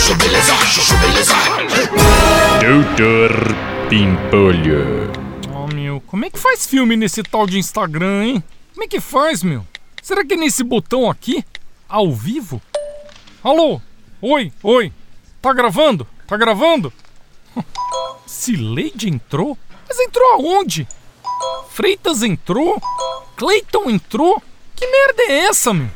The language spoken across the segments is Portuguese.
chuchu beleza, chuchu beleza. Doutor Pimpolho. Oh, meu, como é que faz filme nesse tal de Instagram, hein? Como é que faz, meu? Será que é nesse botão aqui? Ao vivo? Alô? Oi. Tá gravando? Cileide entrou? Mas entrou aonde? Freitas entrou? Cleiton entrou? Que merda é essa, meu?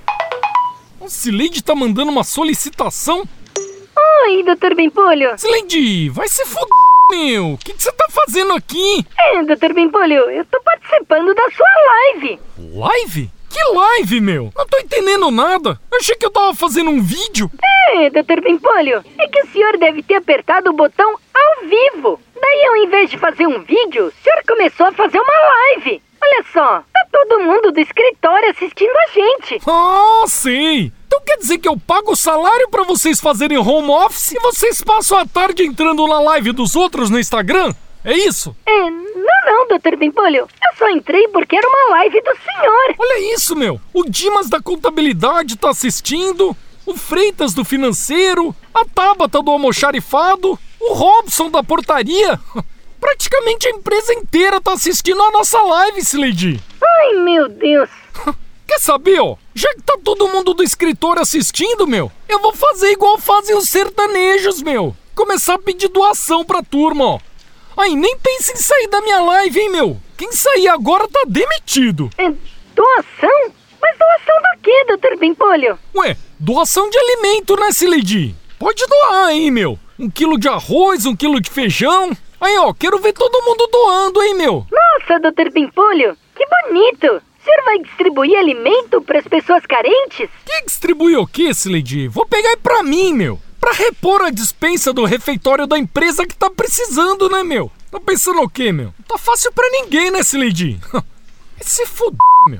A Cileide tá mandando uma solicitação? Oi, Dr. Pimpolho. Cileide, vai se fuder, meu. O que você tá fazendo aqui? Dr. Pimpolho, eu tô participando da sua live. Live? Que live, meu? Não tô entendendo nada. Eu achei que eu tava fazendo um vídeo. Dr. Pimpolho, é que o senhor deve ter apertado o botão ao vivo. Daí, ao invés de fazer um vídeo, o senhor começou a fazer uma live. Olha só, tá todo mundo do escritório assistindo a gente. Ah, sei. Então quer dizer que eu pago o salário pra vocês fazerem home office e vocês passam a tarde entrando na live dos outros no Instagram? É isso? Não, Dr. Pimpolho. Eu só entrei porque era uma live do senhor. Olha isso, meu. O Dimas da contabilidade tá assistindo, o Freitas do financeiro, a Tabata do almoxarifado, o Robson da portaria. Praticamente a empresa inteira tá assistindo a nossa live, Cileide. Ai, meu Deus. Quer saber, ó? Já que tá todo mundo do escritório assistindo, meu, eu vou fazer igual fazem os sertanejos, meu. Começar a pedir doação pra turma, ó. Aí nem pense em sair da minha live, hein, meu? Quem sair agora tá demitido. Doação? Mas doação do quê, Dr. Pimpolho? Ué, doação de alimento, né, Cileide? Pode doar, hein, meu? 1 quilo de arroz, 1 quilo de feijão. Aí, ó, quero ver todo mundo doando, hein, meu? Nossa, Dr. Pimpolho, que bonito. O senhor vai distribuir alimento pras pessoas carentes? Que distribui o quê, Cileide? Vou pegar aí pra mim, meu. Pra repor a despensa do refeitório da empresa que tá precisando, né, meu? Tá pensando o quê, meu? Não tá fácil pra ninguém, né, Cileide? Se fuder, meu.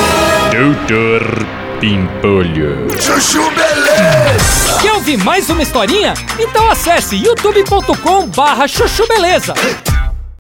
Doutor Pimpolho. Chuchu beleza. Quer ouvir mais uma historinha? Então acesse youtube.com/chuchubeleza.